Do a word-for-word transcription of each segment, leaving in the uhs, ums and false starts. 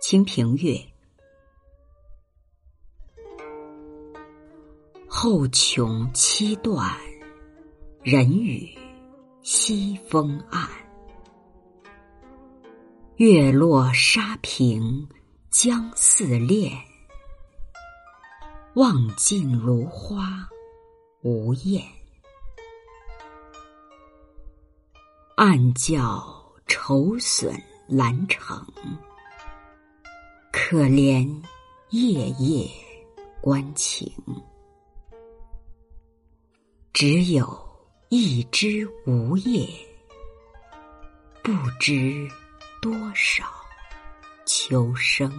清平乐。后穹七段，人语西风暗。月落沙平江似练，望尽芦花无厌。暗教愁损兰城，可怜夜夜关情。只有一枝无叶，不知多少秋声。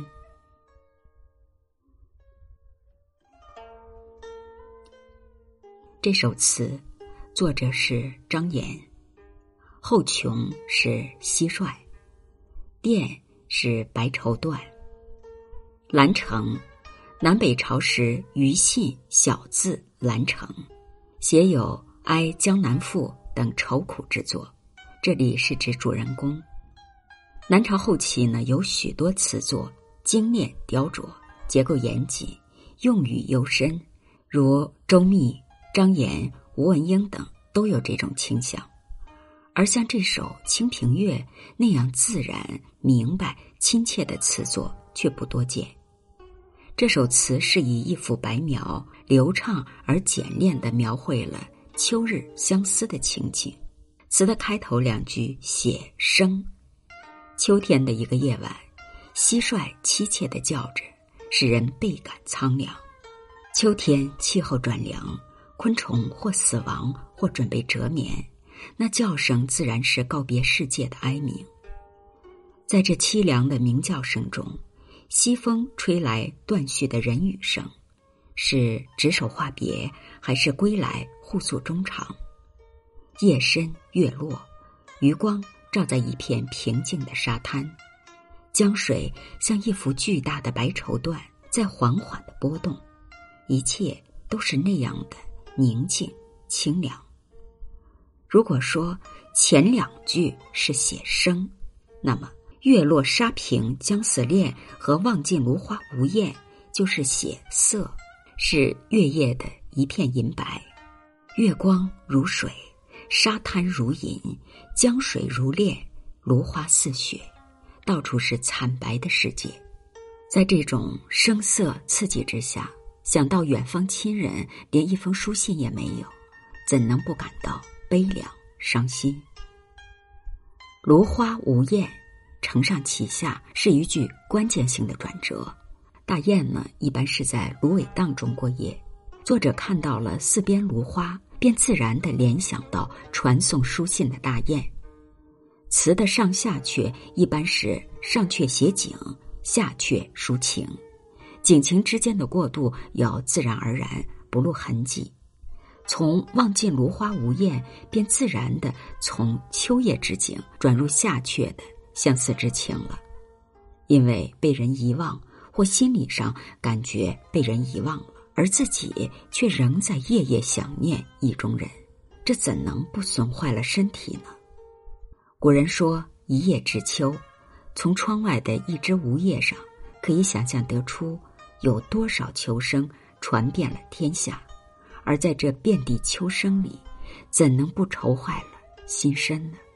这首词作者是张炎，后穹是蟋蟀，殿是白绸缎，兰城南北朝时庾信小字兰城，写有《哀江南赋》等愁苦之作，这里是指主人公。南朝后期呢，有许多词作精炼雕琢，结构严谨，用语幽深，如周密、张炎、吴文英等都有这种倾向。而像这首《清平乐》那样自然、明白、亲切的词作却不多见。这首词是以一幅白描，流畅而简练地描绘了秋日相思的情景。词的开头两句写声，秋天的一个夜晚，蟋蟀凄切地叫着，使人倍感苍凉。秋天气候转凉，昆虫或死亡或准备折眠，那叫声自然是告别世界的哀鸣。在这凄凉的鸣叫声中，西风吹来断续的人语声，是执手话别，还是归来互诉衷肠？夜深月落，余光照在一片平静的沙滩，江水像一幅巨大的白绸缎，在缓缓地波动，一切都是那样的宁静清凉。如果说前两句是写生，那么月落沙平江似练和望尽芦花无厌就是写色，是月夜的一片银白，月光如水，沙滩如银，江水如练，芦花似雪，到处是惨白的世界。在这种声色刺激之下，想到远方亲人连一封书信也没有，怎能不感到悲凉伤心？芦花无厌承上启下是一句关键性的转折。大雁呢，一般是在芦苇荡中过夜，作者看到了四边芦花，便自然地联想到传送书信的大雁。词的上下阙一般是上阙写景，下阙抒情，景情之间的过渡要自然而然，不露痕迹。从望尽芦花无厌，便自然地从秋夜之景转入下阙的相思之情了。因为被人遗忘，或心理上感觉被人遗忘了，而自己却仍在夜夜想念意中人，这怎能不损坏了身体呢？古人说一叶知秋，从窗外的一枝无叶上可以想象得出有多少秋声传遍了天下，而在这遍地秋声里，怎能不愁坏了心身呢？